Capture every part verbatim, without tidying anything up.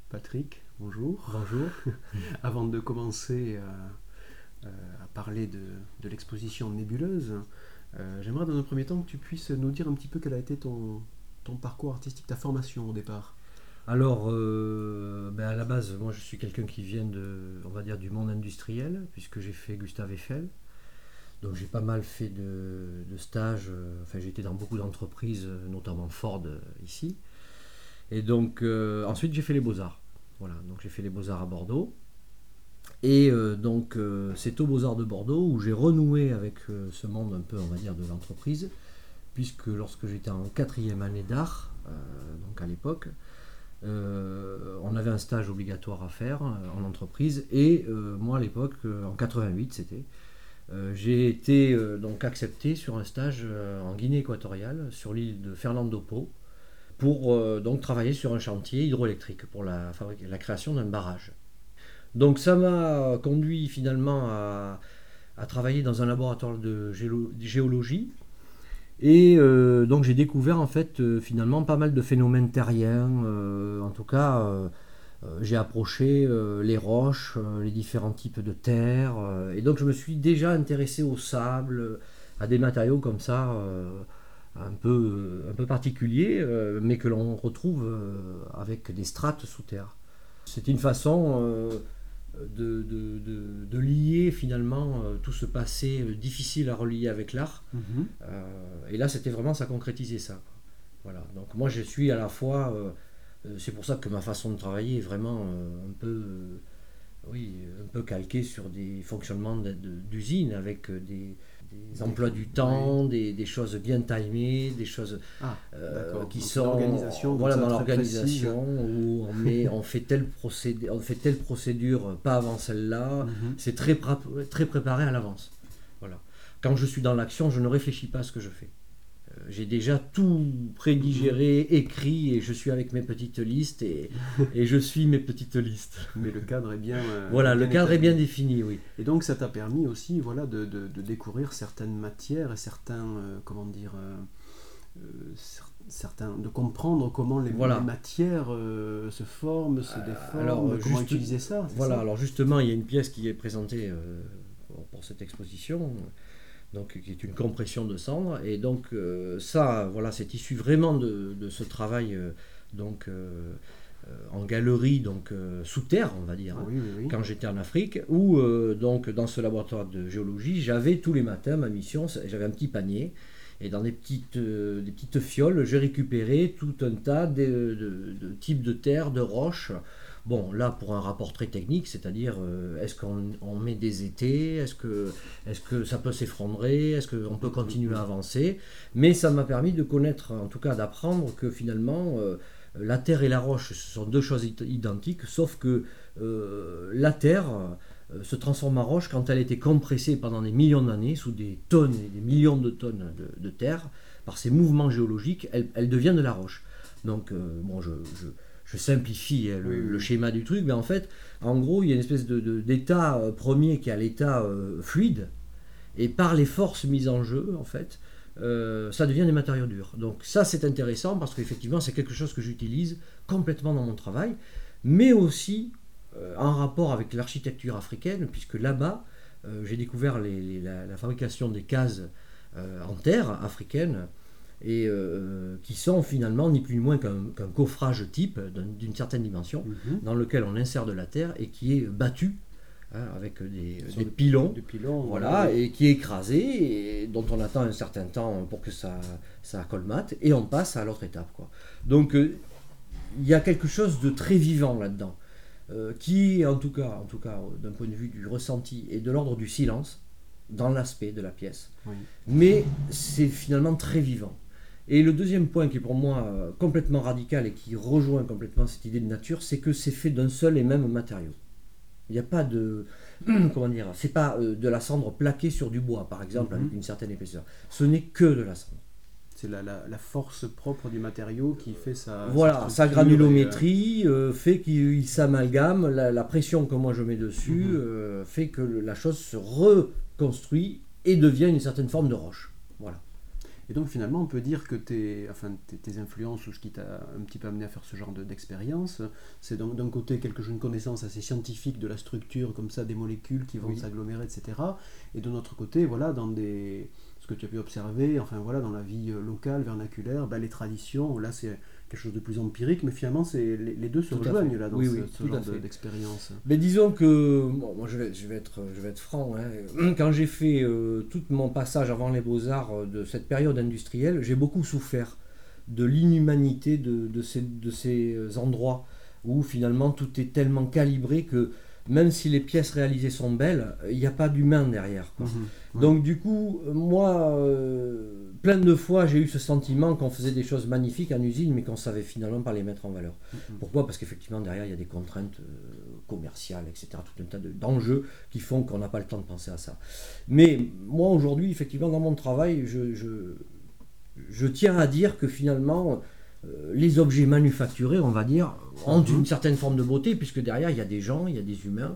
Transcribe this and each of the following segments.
Patrick, bonjour. Bonjour. Avant de commencer euh, euh, à parler de, de l'exposition Nébuleuse, euh, j'aimerais dans un premier temps que tu puisses nous dire un petit peu quel a été ton, ton parcours artistique, ta formation au départ. Alors, euh, ben à la base, moi je suis quelqu'un qui vient de, on va dire, du monde industriel, puisque j'ai fait Gustave Eiffel. Donc j'ai pas mal fait de, de stages, euh, enfin j'ai été dans beaucoup d'entreprises, euh, notamment Ford euh, ici. Et donc euh, ensuite j'ai fait les Beaux-Arts. Voilà, donc j'ai fait les Beaux-Arts à Bordeaux. Et euh, donc euh, c'est aux Beaux-Arts de Bordeaux où j'ai renoué avec euh, ce monde un peu, on va dire, de l'entreprise, puisque lorsque j'étais en quatrième année d'art, euh, donc à l'époque, Euh, on avait un stage obligatoire à faire euh, en entreprise et euh, moi à l'époque, euh, en quatre-vingt-huit c'était, euh, j'ai été euh, donc accepté sur un stage euh, en Guinée équatoriale sur l'île de Fernando Po pour euh, donc travailler sur un chantier hydroélectrique pour la, fabrique- la création d'un barrage. Donc ça m'a conduit finalement à, à travailler dans un laboratoire de géolo- géologie et euh, donc j'ai découvert en fait euh, finalement pas mal de phénomènes terriens. Euh, en tout cas, euh, euh, j'ai approché euh, les roches, euh, les différents types de terre. Euh, et donc je me suis déjà intéressé au sable, à des matériaux comme ça, euh, un peu, un peu particuliers, euh, mais que l'on retrouve euh, avec des strates sous terre. C'est une façon euh, de, de, de- de lier finalement euh, tout ce passé euh, difficile à relier avec l'art. Mhm. Euh, et là, c'était vraiment, ça concrétisait ça, quoi. Voilà. Donc moi, je suis à la fois, euh, euh, c'est pour ça que ma façon de travailler est vraiment euh, un peu, euh, oui, un peu calquée sur des fonctionnements de- de- d'usine avec euh, des, des Des- emplois du oui. temps, des, des choses bien timées, des choses Ah, euh, d'accord. qui Donc c'est sont, l'organisation, donc voilà, ça dans très précise. l'organisation où on met, on fait telle procédé, on fait telle procédure, pas avant celle-là. Mhm. C'est très, pra- très préparé à l'avance. Voilà. Quand je suis dans l'action, je ne réfléchis pas à ce que je fais. Euh, J'ai déjà tout Mhm. prédigéré, écrit, et je suis avec mes petites listes, et, et je suis mes petites listes. Mais le cadre est bien, euh, Voilà, le bien cadre est bien établi. défini, oui. Et donc ça t'a permis aussi voilà, de, de- de découvrir certaines matières et certains, euh, comment dire, euh, euh, cer- certains, de comprendre comment les, les Voilà. matières euh, se forment, se Alors, déforment, euh, comment juste, utiliser ça, c'est voilà, ça? alors justement, il y a une pièce qui est présentée euh, pour, pour cette exposition, donc qui est une compression de cendres, et donc euh, ça, voilà, c'est issu vraiment de, de ce travail, euh, donc euh, euh, en galerie, donc euh, sous terre, on va dire, hein, Oui, oui, oui. quand j'étais en Afrique, où euh, donc dans ce laboratoire de géologie, j'avais tous les matins ma mission, c'est- j'avais un petit panier. Et dans des petites, euh, des petites fioles, j'ai récupéré tout un tas de, de- de types de terre, de roches. Bon, là, pour un rapport très technique, c'est-à-dire, euh, est-ce qu'on on met des étés, est-ce que, est-ce que ça peut s'effondrer, est-ce qu'on peut Mm, mm, continuer à mm. avancer. Mais ça m'a permis de connaître, en tout cas d'apprendre que finalement, euh, la terre et la roche, ce sont deux choses id- identiques, sauf que euh, la terre euh, se transforme en roche quand elle a été compressée pendant des millions d'années, sous des tonnes et des millions de tonnes de, de terre, par ces mouvements géologiques, elle, elle devient de la roche. Donc, euh, bon, je, je, je simplifie hein, Oui, le, oui, le oui. schéma du truc, mais en fait, en gros, il y a une espèce de, de- d'état euh, premier qui est à l'état euh, fluide, et par les forces mises en jeu, en fait, euh, ça devient des matériaux durs. Donc ça, c'est intéressant parce qu'effectivement, c'est quelque chose que j'utilise complètement dans mon travail, mais aussi euh, en rapport avec l'architecture africaine, puisque là-bas, euh, j'ai découvert les- les- la, la fabrication des cases euh, en terre africaine, et euh, qui sont finalement ni plus ni moins qu'un qu'un coffrage type d'un- d'une certaine dimension, Mhm. dans lequel on insère de la terre et qui est battu hein, avec des, Sur des des, pilons, des pilons, voilà, voilà, oui. et qui est écrasé, et dont on attend un certain temps pour que ça, ça colmate, et on passe à l'autre étape, quoi. Donc euh, il y a quelque chose de très vivant là-dedans, euh, qui, en tout cas, en tout cas, d'un point de vue du ressenti, est de l'ordre du silence, dans l'aspect de la pièce. Oui. Mais c'est finalement très vivant. Et le deuxième point qui est pour moi euh, complètement radical et qui rejoint complètement cette idée de nature, c'est que c'est fait d'un seul et même matériau. Il n'y a pas de. Comment dire? C'est pas euh, de la cendre plaquée sur du bois, par exemple, avec Mhm. une certaine épaisseur. Ce n'est que de la cendre. C'est la, la, la force propre du matériau qui fait sa, sa Voilà, sa structure et, euh, granulométrie euh, fait qu'il s'amalgame, la, la pression que moi je mets dessus mhm. euh, fait que le- la chose se reconstruit et devient une certaine forme de roche. Voilà. Et donc finalement, on peut dire que tes, enfin, tes, tes influences, ou ce qui t'a un petit peu amené à faire ce genre de, d'expérience, c'est d'un, d'un côté quelque chose, une connaissance assez scientifique de la structure, comme ça, des molécules qui vont Oui. s'agglomérer, et cetera. Et de notre côté, voilà, dans des, ce que tu as pu observer, enfin voilà, dans la vie locale, vernaculaire, ben, les traditions, là c'est quelque chose de plus empirique, mais finalement c'est, les, les deux se Tout à rejoignent fait. là, dans Oui, ce, oui, ce tout à genre de- fait. d'expérience. Mais disons que, bon, moi je vais, je vais être, je vais être franc, hein. Quand j'ai fait euh, tout mon passage avant les Beaux-Arts euh, de cette période industrielle, j'ai beaucoup souffert de l'inhumanité de, de ces, de ces endroits où finalement tout est tellement calibré que même si les pièces réalisées sont belles, il n'y a pas d'humain derrière, quoi. Mhm, ouais. Donc du coup, moi, euh, plein de fois, j'ai eu ce sentiment qu'on faisait des choses magnifiques en usine, mais qu'on savait finalement pas les mettre en valeur. Mhm. Pourquoi? Parce qu'effectivement, derrière, il y a des contraintes euh, commerciales, et cetera, tout un tas de- d'enjeux qui font qu'on n'a pas le temps de penser à ça. Mais moi, aujourd'hui, effectivement, dans mon travail, je, je, je tiens à dire que finalement, euh, les objets manufacturés, on va dire, ont Mhm. une certaine forme de beauté, puisque derrière, il y a des gens, il y a des humains,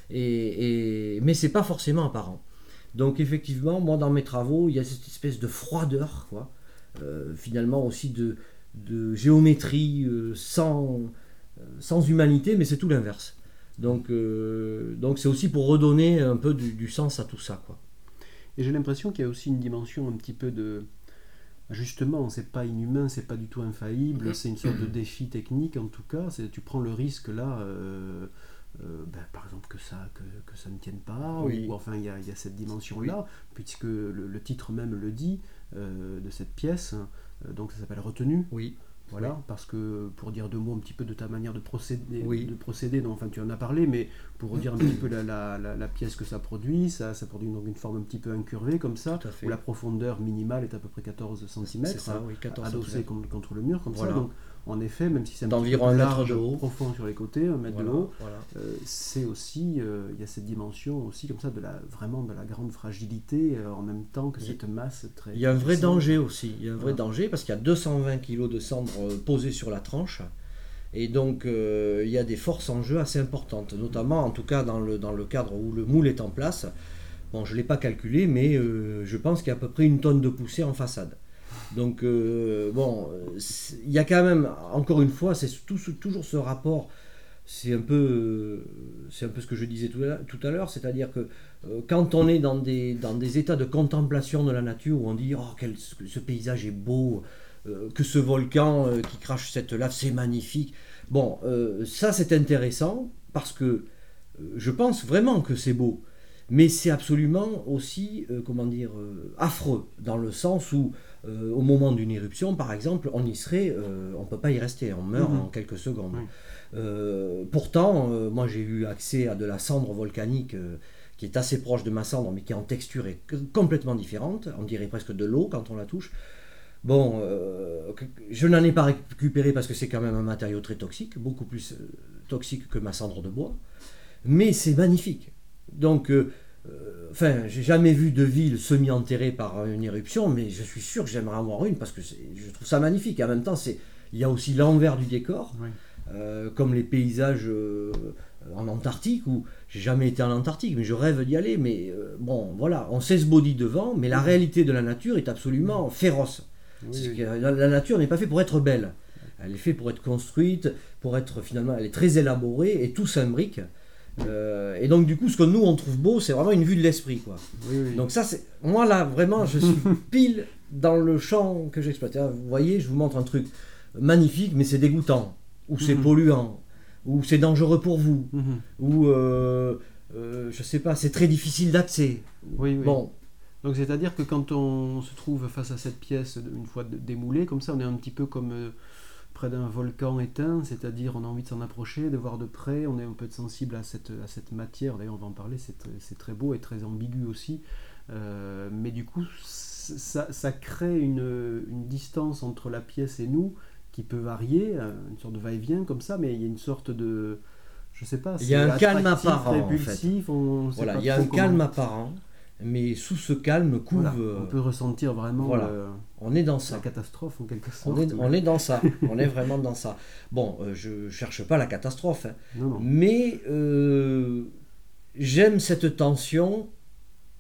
et, et... mais c'est pas forcément apparent. Donc effectivement, moi, dans mes travaux, il y a cette espèce de froideur, quoi. Euh, finalement aussi de, de géométrie euh, sans, euh, sans humanité, mais c'est tout l'inverse. Donc euh, donc c'est aussi pour redonner un peu du, du sens à tout ça, quoi. Et j'ai l'impression qu'il y a aussi une dimension un petit peu de... Justement, c'est pas inhumain, c'est pas du tout infaillible, c'est une sorte de défi technique en tout cas. C'est, tu prends le risque là, euh, euh, ben, par exemple que ça, que, que ça ne tienne pas, Oui. ou enfin il y a, il y a cette dimension-là, puisque le, le titre même le dit euh, de cette pièce, euh, donc ça s'appelle Retenue. Oui. Voilà, Oui. parce que pour dire deux mots un petit peu de ta manière de procéder, Oui. de procéder non, enfin tu en as parlé, mais pour redire un petit peu la, la, la, la pièce que ça produit, ça, ça produit donc une forme un petit peu incurvée comme ça, Tout à fait. où la profondeur minimale est à peu près quatorze centimètres, C'est ça, oui, quatorze adossée centimètres. contre, contre le mur comme Voilà. ça. Donc en effet, même si c'est un D'environ petit peu un plus mètre large, de haut. profond sur les côtés, un mètre Voilà, de haut, voilà. euh, c'est aussi, euh, il y a cette dimension aussi comme ça de la, vraiment de la grande fragilité euh, en même temps que Il- cette masse très... Il y a un vrai puissante. danger aussi. Il y a un vrai Voilà. danger parce qu'il y a deux cent vingt kilos de cendres euh, posées sur la tranche. Et donc, euh, il y a des forces en jeu assez importantes, notamment, en tout cas, dans le, dans le cadre où le moule est en place. Bon, je ne l'ai pas calculé, mais euh, je pense qu'il y a à peu près une tonne de poussière en façade. Donc, euh, bon, c'est- il y a quand même, encore une fois, c'est tout ce- toujours ce rapport. C'est un peu, euh, c'est un peu ce que je disais tout à, tout à l'heure, c'est-à-dire que euh, quand on est dans des, dans des états de contemplation de la nature, où on dit, oh, quel, ce, ce paysage est beau, euh, que ce volcan euh, qui crache cette lave, c'est magnifique. Bon, euh, ça c'est intéressant, parce que euh, je pense vraiment que c'est beau, mais c'est absolument aussi, euh, comment dire, euh, affreux, dans le sens où, euh, au moment d'une éruption, par exemple, on y serait, euh, on ne peut pas y rester, on meurt Mhm. en quelques secondes. Oui. Euh, pourtant, euh, moi j'ai eu accès à de la cendre volcanique euh, qui est assez proche de ma cendre, mais qui en texture est c- complètement différente. On dirait presque de l'eau quand on la touche. Bon, euh, que- je n'en ai pas récupéré parce que c'est quand même un matériau très toxique, beaucoup plus euh, toxique que ma cendre de bois. Mais c'est magnifique. Donc, euh, euh, enfin, j'ai jamais vu de ville semi-enterrée par une éruption, mais je suis sûr que j'aimerais en voir une parce que c'est- je trouve ça magnifique. Et en même temps, c'est, il y a aussi l'envers du décor. Oui. Euh, comme les paysages euh, en Antarctique, où j'ai jamais été en Antarctique, mais je rêve d'y aller. Mais euh, bon, voilà, on sait se body devant, mais la réalité de la nature est absolument féroce. Oui, C'est oui. que la, la nature n'est pas faite pour être belle. Elle est faite pour être construite, pour être finalement, elle est très élaborée et tout s'imbrique. Euh, et donc du coup, ce que nous on trouve beau, c'est vraiment une vue de l'esprit, quoi. Oui, oui. Donc ça, c'est moi là vraiment, je suis pile dans le champ que j'exploite. Ah, vous voyez, je vous montre un truc magnifique, mais c'est dégoûtant, ou c'est Mhm. polluant, ou c'est dangereux pour vous, Mhm. ou euh, euh, je sais pas, c'est très difficile d'accès. Oui, oui. Bon, Donc c'est-à-dire que quand on se trouve face à cette pièce, une fois d- démoulée, comme ça, on est un petit peu comme euh, près d'un volcan éteint, c'est-à-dire on a envie de s'en approcher, de voir de près, on est un peu sensible à cette, à cette matière, d'ailleurs on va en parler, c'est, tr- c'est très beau et très ambigu aussi. Euh, mais du coup, c- ça, ça crée une, une distance entre la pièce et nous qui peut varier, euh, une sorte de va-et-vient comme ça, mais il y a une sorte de... Je sais pas, Il y a c'est un calme attractif, apparent, en répulsif, on sait voilà, pas il y a trop un comment- calme apparent, mais sous ce calme couve. Voilà, euh, on peut ressentir vraiment voilà. euh, on est dans la ça. catastrophe en quelque sorte. On est, on est dans ça. On est vraiment dans ça. Bon, euh, je cherche pas la catastrophe, hein. Non, non. Mais euh, j'aime cette tension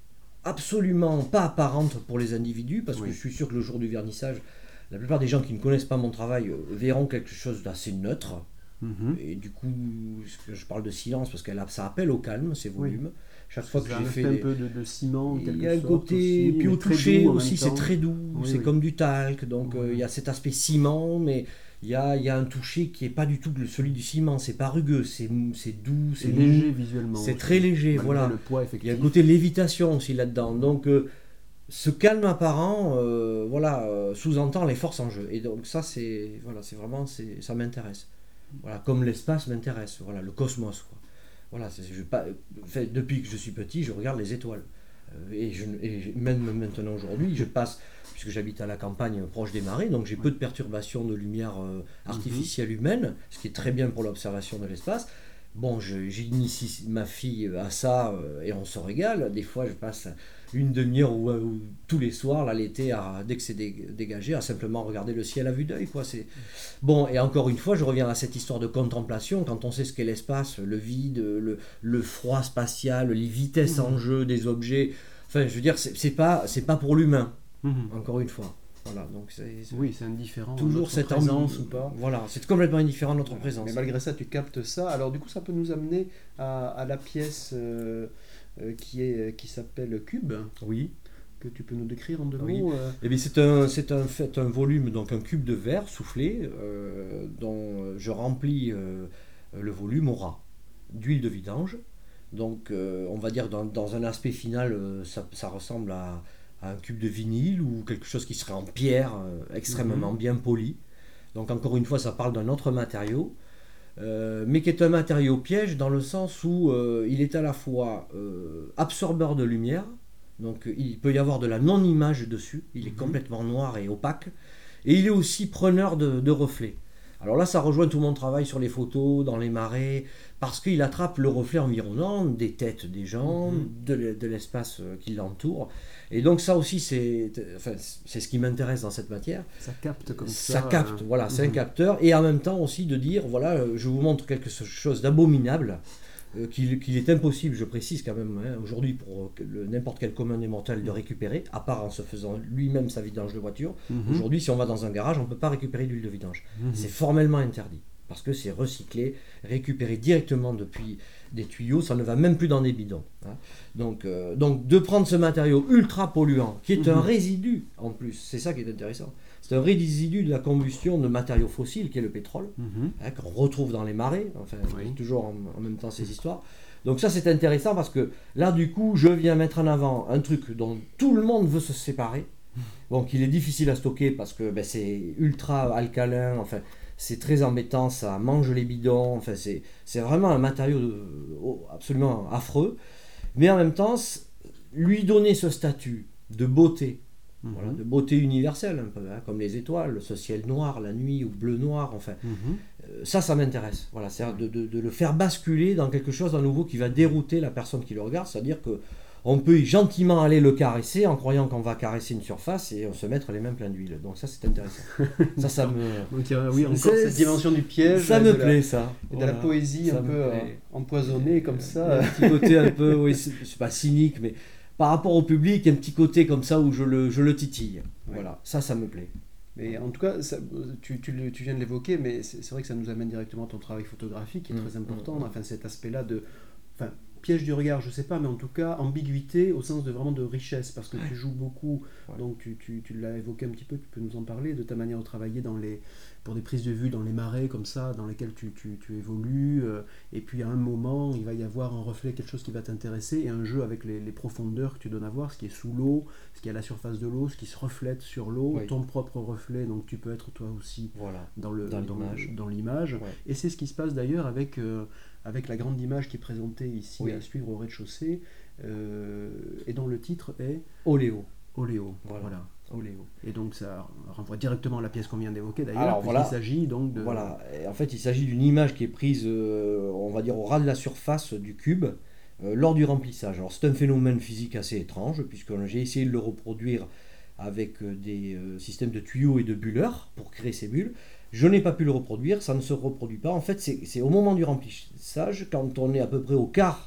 absolument pas apparente pour les individus, parce Oui. que je suis sûr que le jour du vernissage, la plupart des gens qui ne connaissent pas mon travail euh, verront quelque chose d'assez neutre. Mhm. Et du coup, je parle de silence parce que là, ça appelle au calme, ces volumes. Chaque fois que Ça j'ai a fait un des- peu de, de ciment, en il quelque y a un sorte côté, aussi, puis mais au très toucher doux en aussi, même c'est temps. très doux, Oui, c'est oui. comme du talc, donc euh, Ouais. il y a cet aspect ciment, mais il y a, il y a un toucher qui n'est pas du tout le- celui du ciment, c'est pas rugueux, c'est mou- c'est doux, C'est c'est léger mou, visuellement. c'est aussi, très léger, malgré voilà. le poids Il y effectif. a un côté lévitation aussi là-dedans, donc euh, ce calme apparent, euh, voilà, euh, sous-entend les forces en jeu, et donc ça c'est, voilà, c'est vraiment, c'est, ça m'intéresse, voilà, comme l'espace m'intéresse, voilà, le cosmos, quoi. Voilà, c'est- je, pas, enfin, depuis que je suis petit, je regarde les étoiles. Euh, et, je, et même maintenant aujourd'hui, je passe, puisque j'habite à la campagne proche des marais, donc j'ai peu de perturbations de lumière euh, artificielle humaine, ce qui est très bien pour l'observation de l'espace. Bon, je- j'initie ma fille à ça euh, et on se régale. Des fois, je passe une demi-heure ou, ou tous les soirs, là, l'été, à- dès que c'est dé- dégagé, à simplement regarder le ciel à vue d'œil, quoi. C'est... Bon, et encore une fois, je reviens à cette histoire de contemplation. Quand on sait ce qu'est l'espace, le vide, le, le froid spatial, les vitesses en jeu des objets, enfin, je veux dire, c'est, c'est pas, c'est pas pour l'humain, Mhm. encore une fois. Voilà, donc c'est, c'est Oui, c'est indifférent. toujours notre cette présence ambiance ou pas. Voilà, c'est complètement indifférent de notre Voilà. présence. Mais malgré ça, tu captes ça. Alors du coup, ça peut nous amener à, à la pièce euh, euh, qui est qui s'appelle Cube, Oui. que tu peux nous décrire en deux Oui. mots. euh. Eh bien, c'est un, c'est un, fait, un volume, donc un cube de verre soufflé, euh, dont je remplis euh, le volume au ras d'huile de vidange. Donc, euh, on va dire dans, dans un aspect final, euh, ça, ça ressemble à, à un cube de vinyle ou quelque chose qui serait en pierre, euh, extrêmement Mhm. bien poli. Donc, encore une fois, ça parle d'un autre matériau, euh, mais qui est un matériau piège dans le sens où euh, il est à la fois euh, absorbeur de lumière, donc euh, il peut y avoir de la non-image dessus, il est Mhm. complètement noir et opaque, et il est aussi preneur de, de reflets. Alors là, ça rejoint tout mon travail sur les photos, dans les marais, parce qu'il attrape le reflet environnant, des têtes des gens, Mhm. de, l'e- de l'espace euh, qui l'entoure. Et donc ça aussi, c'est, enfin, c'est ce qui m'intéresse dans cette matière. Ça capte comme ça. Ça capte, euh, voilà, c'est un mhm. capteur, et en même temps aussi de dire, voilà, euh, je vous montre quelque chose d'abominable, euh, qu'il, qu'il est impossible, je précise quand même, hein, aujourd'hui pour euh, que le- n'importe quel commun des mortels de récupérer, à part en se faisant lui-même sa vidange de voiture. Mhm. Aujourd'hui, si on va dans un garage, on ne peut pas récupérer d'huile de vidange. Mhm. C'est formellement interdit, parce que c'est recyclé, récupéré directement depuis des tuyaux, ça ne va même plus dans des bidons, hein. Donc, euh, donc de prendre ce matériau ultra polluant, qui est un Mhm. résidu en plus, c'est ça qui est intéressant. C'est un résidu de la combustion de matériaux fossiles, qui est le pétrole, Mhm. hein, qu'on retrouve dans les marais, enfin, Oui. toujours en, en même temps ces histoires. Donc ça, c'est intéressant parce que là, du coup, je viens mettre en avant un truc dont tout le monde veut se séparer. Bon, qu'il est difficile à stocker parce que ben, c'est ultra alcalin, enfin, c'est très embêtant, ça mange les bidons, enfin, c'est, c'est vraiment un matériau de- oh, absolument affreux. Mais en même temps, c- lui donner ce statut de beauté, Mhm. voilà, de beauté universelle un peu, hein, comme les étoiles, ce ciel noir, la nuit ou bleu noir, enfin, Mhm. euh, ça, ça m'intéresse. Voilà, c'est de, de- de le faire basculer dans quelque chose à nouveau qui va dérouter la personne qui le regarde, c'est-à-dire que on peut gentiment aller le caresser en croyant qu'on va caresser une surface et se mettre les mains pleines d'huile. Donc ça, c'est intéressant. ça, ça me, Donc il y a, oui, encore C'est- cette dimension du piège. ça et me de la- plaît, ça. Et de Voilà. la poésie Ça un me peu euh, plaît. empoisonnée comme Il y ça. a un petit côté un peu, oui, c'est c'est pas cynique, mais par rapport au public, il y a un petit côté comme ça où je le, je le titille. Voilà, ça, ça me plaît. Mais en tout cas, ça- tu, tu le- tu viens de l'évoquer, mais c'est c'est vrai que ça nous amène directement à ton travail photographique qui est Mmh, très important. mmh. Enfin, cet aspect-là de. Enfin, piège du regard, je sais pas, mais en tout cas, ambiguïté au sens de vraiment de richesse, parce que tu joues beaucoup, Ouais. donc tu, tu, tu l'as évoqué un petit peu, tu peux nous en parler, de ta manière de travailler dans les, pour des prises de vue dans les marais comme ça, dans lesquels tu, tu, tu évolues, euh, et puis à un moment, il va y avoir un reflet, quelque chose qui va t'intéresser, et un jeu avec les, les profondeurs que tu donnes à voir, ce qui est sous l'eau, ce qui est à la surface de l'eau, ce qui se reflète sur l'eau, Oui. ton propre reflet, donc tu peux être toi aussi Voilà. dans le Dans dans l'image. dans l'image. Ouais. Et c'est ce qui se passe d'ailleurs avec, euh, avec la grande image qui est présentée ici Oui. à suivre au rez-de-chaussée, euh, et dont le titre est Oléo. Oléo. Voilà. Voilà. Oléo. Et donc ça renvoie directement à la pièce qu'on vient d'évoquer d'ailleurs, Alors, puisqu'il voilà. s'agit donc de... Voilà. Et en fait, il s'agit d'une image qui est prise, euh, on va dire, au ras de la surface du cube euh, lors du remplissage. Alors, c'est un phénomène physique assez étrange, puisque j'ai essayé de le reproduire avec euh, des euh, systèmes de tuyaux et de bulleurs pour créer ces bulles. Je n'ai pas pu le reproduire, ça ne se reproduit pas. En fait, c'est c'est au moment du remplissage, quand on est à peu près au quart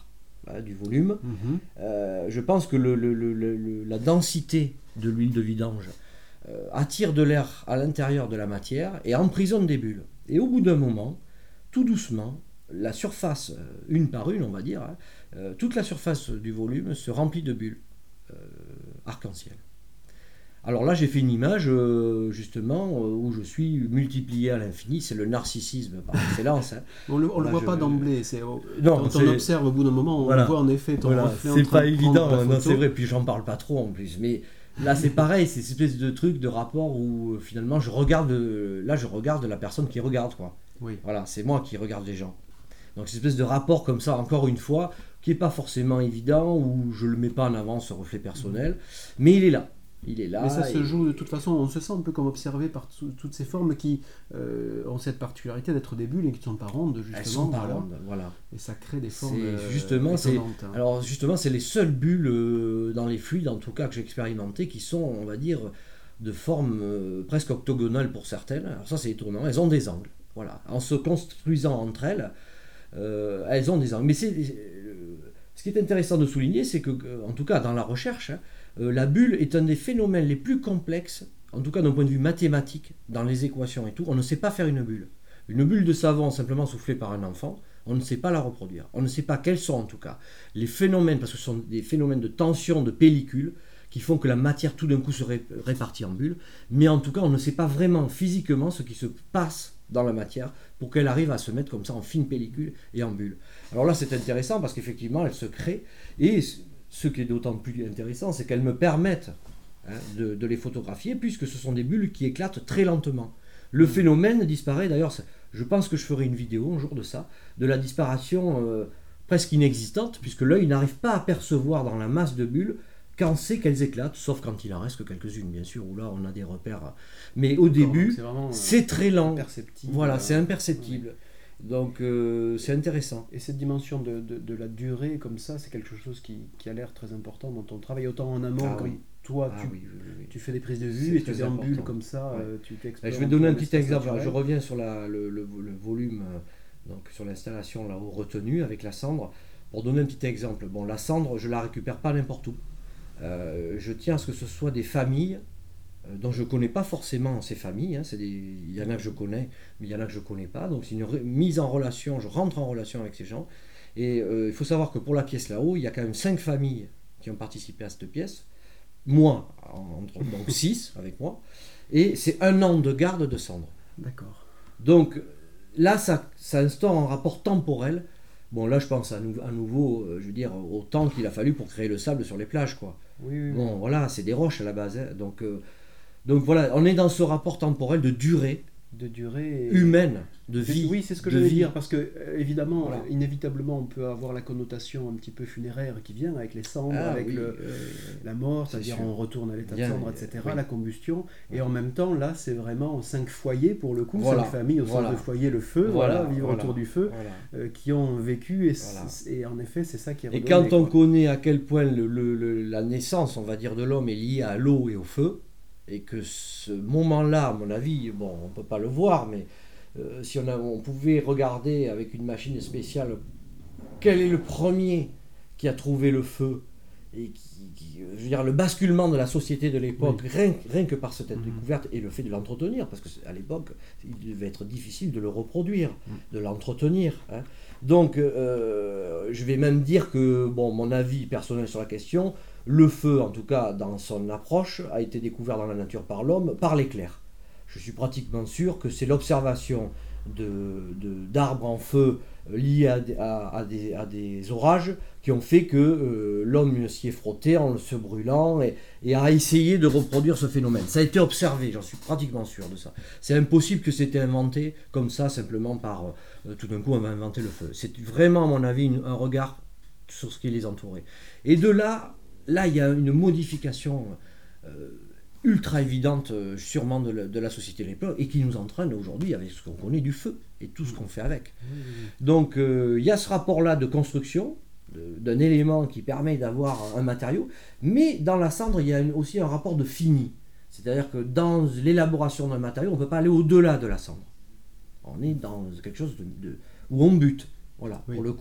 hein, du volume. Mhm. Euh, je pense que le, le, le, le, la densité de l'huile de vidange euh, attire de l'air à l'intérieur de la matière et emprisonne des bulles. Et au bout d'un moment, tout doucement, la surface, une par une, on va dire, hein, euh, toute la surface du volume se remplit de bulles euh, arc-en-ciel. Alors là, j'ai fait une image, euh, justement, euh, où je suis multiplié à l'infini. C'est le narcissisme par excellence. Hein. On le, on le Là, voit je... pas d'emblée. C'est, non, quand c'est... on observe au bout d'un moment, on voilà. voit en effet ton voilà. reflet. C'est en train pas de évident, prendre la non, c'est photo. vrai. Puis j'en parle pas trop en plus. Mais là, c'est pareil. C'est cette espèce de truc, de rapport où finalement, je regarde. Là, je regarde la personne qui regarde, quoi. Oui. Voilà, c'est moi qui regarde les gens. Donc, cette espèce de rapport comme ça, encore une fois, qui n'est pas forcément évident, où je ne le mets pas en avant, ce reflet personnel, mais il est là. Il est là. Mais ça et... se joue de toute façon, on se sent un peu comme observé par tout, toutes ces formes qui euh, ont cette particularité d'être des bulles et qui ne sont pas rondes, justement. Elles sont pas voilà. rondes, voilà. Et ça crée des formes c'est, euh, justement, c'est, étonnantes. Hein. Alors, justement, c'est les seules bulles euh, dans les fluides, en tout cas, que j'ai expérimenté, qui sont, on va dire, de forme euh, presque octogonale pour certaines. Alors ça, c'est étonnant. Elles ont des angles. Voilà. En se construisant entre elles, euh, elles ont des angles. Mais c'est, euh, ce qui est intéressant de souligner, c'est que, en tout cas, dans la recherche, hein, euh, la bulle est un des phénomènes les plus complexes, en tout cas d'un point de vue mathématique, dans les équations et tout. On ne sait pas faire une bulle. Une bulle de savon simplement soufflée par un enfant, on ne sait pas la reproduire. On ne sait pas quels sont, en tout cas, les phénomènes, parce que ce sont des phénomènes de tension de pellicule, qui font que la matière tout d'un coup se ré- répartit en bulles. Mais en tout cas, on ne sait pas vraiment physiquement ce qui se passe dans la matière pour qu'elle arrive à se mettre comme ça en fine pellicule et en bulle. Alors là, c'est intéressant parce qu'effectivement, elle se crée. Et ce qui est d'autant plus intéressant, c'est qu'elles me permettent hein, de, de les photographier puisque ce sont des bulles qui éclatent très lentement. Le phénomène disparaît, d'ailleurs, je pense que je ferai une vidéo un jour de ça, de la disparition euh, presque inexistante, puisque l'œil n'arrive pas à percevoir dans la masse de bulles quand c'est qu'elles éclatent, sauf quand il en reste que quelques-unes, bien sûr, où là on a des repères. Mais au début, c'est, vraiment, c'est très lent. Imperceptible. Voilà, c'est imperceptible. Oui. Donc euh, c'est intéressant. Et cette dimension de, de, de la durée comme ça, c'est quelque chose qui, qui a l'air très important dans ton travail, autant en amont Ah, quand oui. toi Ah, tu, oui, oui, oui. tu fais des prises de vue C'est et tu très déambules important. comme ça, Ouais. euh, tu t'explores. Je vais donner un petit l'espace exemple. naturel. Je reviens sur la, le, le, le volume, euh, donc sur l'installation là-haut retenue avec la cendre. Pour donner un petit exemple, bon, la cendre, je la récupère pas n'importe où. Euh, je tiens à ce que ce soit des familles euh, dont je ne connais pas forcément ces familles. Hein, c'est des, il y en a que je connais, mais il y en a que je ne connais pas. Donc c'est une re- mise en relation, je rentre en relation avec ces gens. Et euh, il faut savoir que pour la pièce là-haut, il y a quand même cinq familles qui ont participé à cette pièce. Moi, entre, donc six avec moi. Et c'est un an de garde de cendre. D'accord. Donc là, ça, ça instaure un rapport temporel. Bon, là, je pense à, nou- à nouveau, euh, je veux dire, au temps qu'il a fallu pour créer le sable sur les plages, quoi. Oui, oui, oui. Bon, voilà, c'est des roches à la base. Hein. Donc, euh, donc voilà, on est dans ce rapport temporel de durée De durée. Et... humaine, de C'est- vie. Oui, c'est ce que de j'allais vie. dire, parce que euh, évidemment, Voilà. euh, inévitablement, on peut avoir la connotation un petit peu funéraire qui vient avec les cendres, Ah, avec oui, le, euh, la mort, c'est c'est-à-dire sûr. on retourne à l'état Bien, de cendre, euh, et cetera, oui. la combustion. Et Ouais. en même temps, là, c'est vraiment cinq foyers pour le coup, Voilà. cinq familles au Voilà. sens de foyer, le feu, Voilà, voilà, vivre voilà. autour du feu, Voilà. euh, qui ont vécu, et, Voilà. c- et en effet, c'est ça qui est Et redonné, quand on quoi. connaît à quel point le, le- le- la naissance, on va dire, de l'homme est liée à l'eau et au feu, et que ce moment-là, à mon avis, bon, on ne peut pas le voir, mais euh, si on, a- on pouvait regarder avec une machine spéciale quel est le premier qui a trouvé le feu, et qui, qui- je veux dire, le basculement de la société de l'époque, Oui. rien, rien que par cette Mhm. découverte, et le fait de l'entretenir, parce qu'à l'époque, il devait être difficile de le reproduire, de l'entretenir. Hein. Donc, euh, je vais même dire que, bon, mon avis personnel sur la question, le feu, en tout cas dans son approche, a été découvert dans la nature par l'homme, par l'éclair. Je suis pratiquement sûr que c'est l'observation de, de- d'arbres en feu euh, liés à, des- à- à des, à des orages qui ont fait que euh, l'homme s'y est frotté en se brûlant et, et a essayé de reproduire ce phénomène. Ça a été observé, j'en suis pratiquement sûr de ça. C'est impossible que c'était inventé comme ça, simplement par euh, tout d'un coup on va inventer le feu. C'est vraiment, à mon avis, une- un regard sur ce qui les entourait. Et de là, là il y a une modification euh, ultra évidente, euh, sûrement, de la, de la société de l'époque, et qui nous entraîne aujourd'hui avec ce qu'on connaît du feu et tout ce qu'on fait avec. Oui, oui, oui. Donc euh, il y a ce rapport-là de construction, de- d'un élément qui permet d'avoir un matériau, mais dans la cendre, il y a une- aussi un rapport de fini. C'est-à-dire que dans l'élaboration d'un matériau, on ne peut pas aller au-delà de la cendre. On est dans quelque chose de, de- où on bute, voilà, Oui. pour le coup.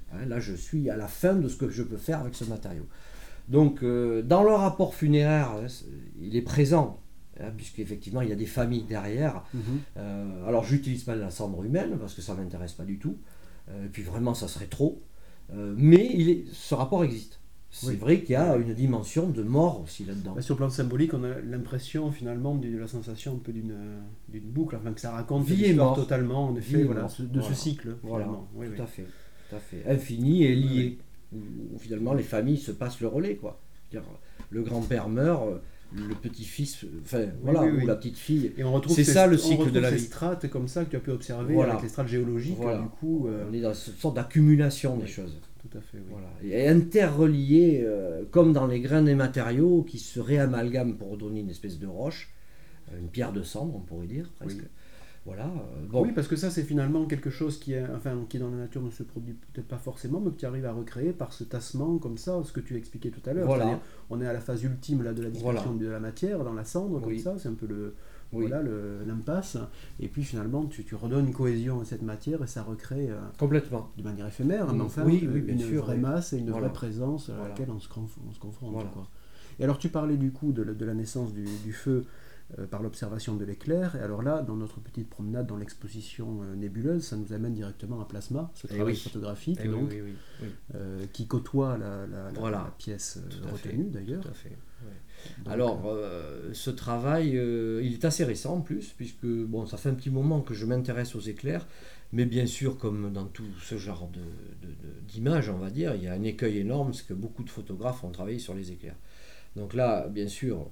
Hein, là, je suis à la fin de ce que je peux faire avec ce matériau. Donc, euh, dans le rapport funéraire, il est présent, hein, puisqu'effectivement, il y a des familles derrière. Mm-hmm. Euh, alors, j'utilise pas de la cendre humaine, parce que ça ne m'intéresse pas du tout. Euh, et puis, vraiment, ça serait trop. Euh, mais il est, ce rapport existe. C'est oui. vrai qu'il y a une dimension de mort aussi là-dedans. Bah, sur le plan symbolique, on a l'impression, finalement, de la sensation un peu d'une, d'une boucle, enfin, que ça raconte vie et mort. Totalement, en effet, voilà, mort. de voilà. ce cycle. Voilà, oui, tout oui. à fait. Tout à fait. Infini et lié. Oui. Où, où finalement les familles se passent le relais, quoi. C'est-à-dire, le grand-père meurt, le petit-fils, enfin oui, voilà, oui, oui. ou la petite fille. Et on retrouve c'est ces, ça le cycle de la vie. Ces strates comme ça que tu as pu observer voilà. avec les strates géologiques. Voilà. Du coup, euh... on est dans une sorte d'accumulation oui. des choses. Tout à fait. Oui. Voilà. Et interreliés, euh, comme dans les grains des matériaux qui se réamalgament pour donner une espèce de roche, une pierre de cendre, on pourrait dire presque. Oui. Voilà, euh, bon. Oui, parce que ça, c'est finalement quelque chose qui est, enfin, qui dans la nature ne se produit peut-être pas forcément, mais que tu arrives à recréer par ce tassement comme ça, ce que tu expliquais tout à l'heure. Voilà. C'est-à-dire, on est à la phase ultime là, de la dispersion voilà. de la matière dans la cendre, oui. comme ça, c'est un peu le, oui. voilà, le, l'impasse. Et puis finalement, tu, tu redonnes une cohésion à cette matière et ça recrée euh, complètement de manière éphémère, mais enfin, oui, oui, bien une sûr, vraie oui. masse et une voilà. vraie présence à voilà. laquelle on se, conf- on se confronte. Voilà. Quoi. Et alors, tu parlais du coup de, de la naissance du, du feu. Euh, par l'observation de l'éclair, et alors là, dans notre petite promenade dans l'exposition euh, nébuleuse, ça nous amène directement à Plasma, ce travail oui. photographique et donc, oui, oui, oui. Euh, qui côtoie la, la, voilà. la, la pièce euh, retenue fait. d'ailleurs. Tout à fait. Ouais. Donc, alors, euh, ce travail, euh, il est assez récent en plus, puisque bon, ça fait un petit moment que je m'intéresse aux éclairs, mais bien sûr, comme dans tout ce genre de, de, de, d'images, on va dire, il y a un écueil énorme, c'est que beaucoup de photographes ont travaillé sur les éclairs. Donc là, bien sûr,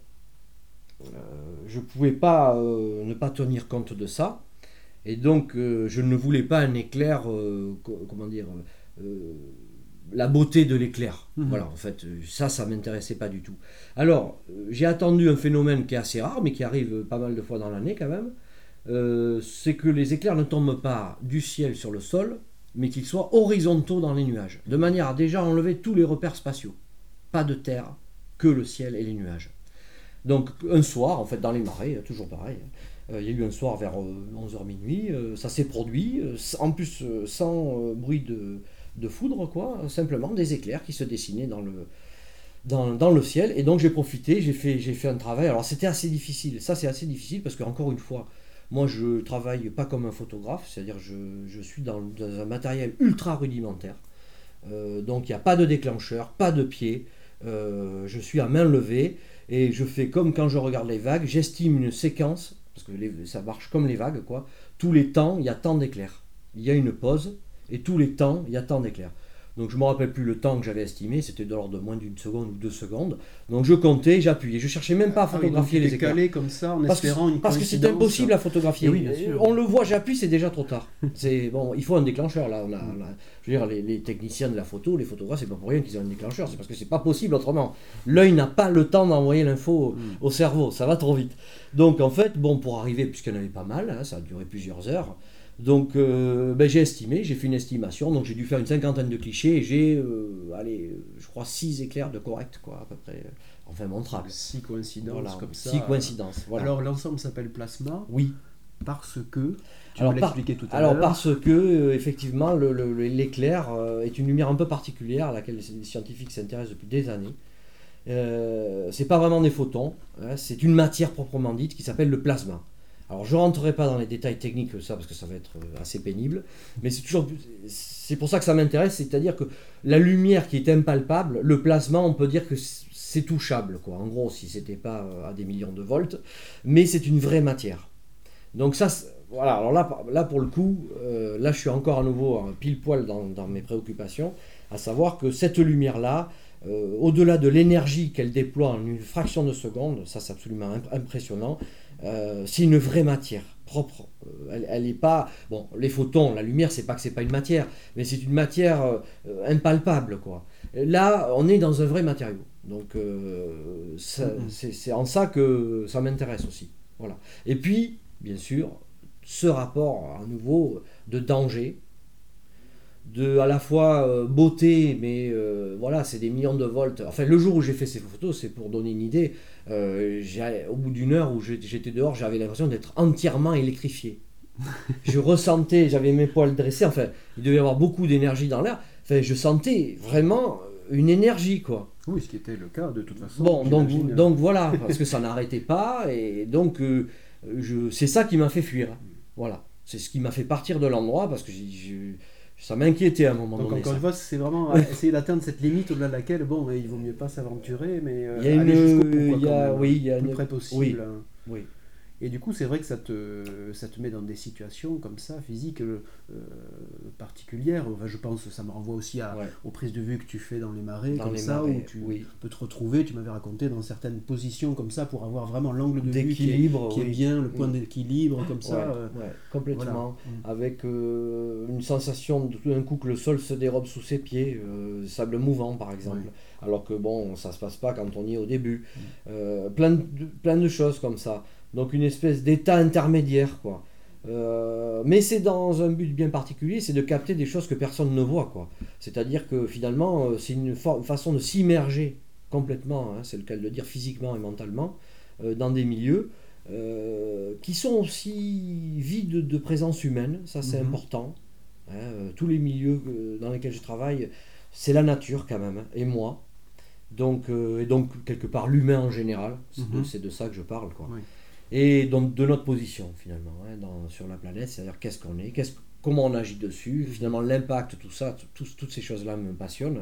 Euh, je ne pouvais pas euh, ne pas tenir compte de ça, et donc euh, je ne voulais pas un éclair, euh, co- comment dire, euh, la beauté de l'éclair. Mmh. Voilà, en fait, ça, ça ne m'intéressait pas du tout. Alors, euh, j'ai attendu un phénomène qui est assez rare, mais qui arrive pas mal de fois dans l'année quand même, euh, c'est que les éclairs ne tombent pas du ciel sur le sol, mais qu'ils soient horizontaux dans les nuages, de manière à déjà enlever tous les repères spatiaux. Pas de terre, que le ciel et les nuages. Donc un soir, en fait dans les marais, toujours pareil, euh, il y a eu un soir vers euh, onze heures minuit, euh, ça s'est produit, euh, en plus euh, sans euh, bruit de, de foudre, quoi, simplement des éclairs qui se dessinaient dans le, dans, dans le ciel, et donc j'ai profité, j'ai fait, j'ai fait un travail, alors c'était assez difficile, ça c'est assez difficile parce qu'encore une fois, moi je travaille pas comme un photographe, c'est-à-dire je, je suis dans, dans un matériel ultra rudimentaire, euh, donc il n'y a pas de déclencheur, pas de pied, euh, je suis à main levée, et je fais comme quand je regarde les vagues, j'estime une séquence, parce que les, ça marche comme les vagues, quoi. Tous les temps, il y a tant d'éclairs. Il y a une pause, et tous les temps, il y a tant d'éclairs. Donc je ne me rappelle plus le temps que j'avais estimé, c'était de l'ordre de moins d'une seconde ou deux secondes. Donc je comptais, j'appuyais, je ne cherchais même pas à photographier ah oui, les éclairs. Calé comme ça, en parce espérant que, une Parce que c'est impossible à photographier. Oui, on le voit, j'appuie, c'est déjà trop tard. C'est, bon, il faut un déclencheur là. On a, on a, je veux dire, les, les techniciens de la photo, les photographes, c'est pas pour rien qu'ils ont un déclencheur, c'est parce que c'est pas possible autrement. L'œil n'a pas le temps d'envoyer l'info mm. au cerveau, ça va trop vite. Donc en fait, bon, pour arriver, puisqu'il y en avait pas mal, hein, ça a duré plusieurs heures. Donc euh, ben, j'ai estimé, j'ai fait une estimation, donc j'ai dû faire une cinquantaine de clichés et j'ai, euh, allez, je crois six éclairs de correct, quoi, à peu près, enfin montrable. Six coïncidences voilà, comme ça. Six coïncidences, voilà. Alors l'ensemble s'appelle Plasma. Oui. Parce que, tu alors, me l'expliquais tout à alors l'heure. Alors parce que, euh, effectivement, le, le, l'éclair euh, est une lumière un peu particulière à laquelle les scientifiques s'intéressent depuis des années. Euh, c'est pas vraiment des photons, hein, c'est une matière proprement dite qui s'appelle le plasma. Alors je ne rentrerai pas dans les détails techniques de ça parce que ça va être assez pénible, mais c'est toujours c'est pour ça que ça m'intéresse, c'est-à-dire que la lumière qui est impalpable, le plasma, on peut dire que c'est touchable, quoi. En gros, si c'était pas à des millions de volts, mais c'est une vraie matière. Donc ça, voilà. Alors là, là pour le coup, euh, là je suis encore à nouveau pile poil dans, dans mes préoccupations, à savoir que cette lumière-là, euh, au-delà de l'énergie qu'elle déploie en une fraction de seconde, ça c'est absolument imp- impressionnant. Euh, c'est une vraie matière propre. Euh, elle, elle est pas bon. Les photons, la lumière, c'est pas que c'est pas une matière, mais c'est une matière euh, impalpable, quoi. Là, on est dans un vrai matériau. Donc, euh, ça, mm-hmm. c'est, c'est en ça que ça m'intéresse aussi. Voilà. Et puis, bien sûr, ce rapport à nouveau de danger, de à la fois euh, beauté, mais euh, voilà, c'est des millions de volts. Enfin, le jour où j'ai fait ces photos, c'est pour donner une idée. Euh, j'ai, au bout d'une heure où j'étais dehors, j'avais l'impression d'être entièrement électrifié. Je ressentais, j'avais mes poils dressés, enfin, il devait y avoir beaucoup d'énergie dans l'air. enfin, je sentais vraiment une énergie, quoi. Oui, ce qui était le cas de toute façon. Bon, donc, j'imagine. donc voilà, parce que ça n'arrêtait pas, et donc euh, je, c'est ça qui m'a fait fuir. Voilà, c'est ce qui m'a fait partir de l'endroit, parce que j'ai- j'ai- ça m'inquiétait à un moment Donc donné. encore ça. une fois, c'est vraiment à essayer d'atteindre cette limite au-delà de laquelle, bon, il vaut mieux pas s'aventurer, mais euh, Il y a aller une- jusqu'au bout, quoi, il y quand a- même, oui, hein, il y a le plus une- près possible. oui. hein. Oui. Et du coup, c'est vrai que ça te, ça te met dans des situations comme ça, physiques, euh, particulières. Enfin, je pense, ça me renvoie aussi à, Ouais. aux prises de vue que tu fais dans les marais, Dans comme les ça, marais, où tu oui. peux te retrouver, tu m'avais raconté, dans certaines positions comme ça, pour avoir vraiment l'angle de vue qui est, D'équilibre, qui est oui. bien, le point Mm. d'équilibre, comme ça. Ouais, euh, ouais, complètement. voilà. Avec euh, une sensation de tout d'un coup que le sol se dérobe sous ses pieds, euh, sable mouvant par exemple. Ouais. Alors que bon, ça se passe pas quand on y est au début. Mm. Euh, plein, de, plein de choses comme ça. Donc une espèce d'état intermédiaire, quoi. Euh, mais c'est dans un but bien particulier, c'est de capter des choses que personne ne voit, quoi. C'est-à-dire que finalement, euh, c'est une for- façon de s'immerger complètement, hein, c'est le cas de le dire, physiquement et mentalement, euh, dans des milieux euh, qui sont aussi vides de présence humaine, ça c'est Mhm. important. Hein, euh, tous les milieux euh, dans lesquels je travaille, c'est la nature quand même, hein, et moi. Donc, euh, et donc quelque part l'humain en général, c'est de, Mhm. c'est de ça que je parle, quoi. Oui. Et donc de notre position finalement, hein, dans, sur la planète, c'est-à-dire qu'est-ce qu'on est, qu'est-ce, comment on agit dessus, finalement l'impact, tout ça, tout- toutes ces choses-là me passionnent.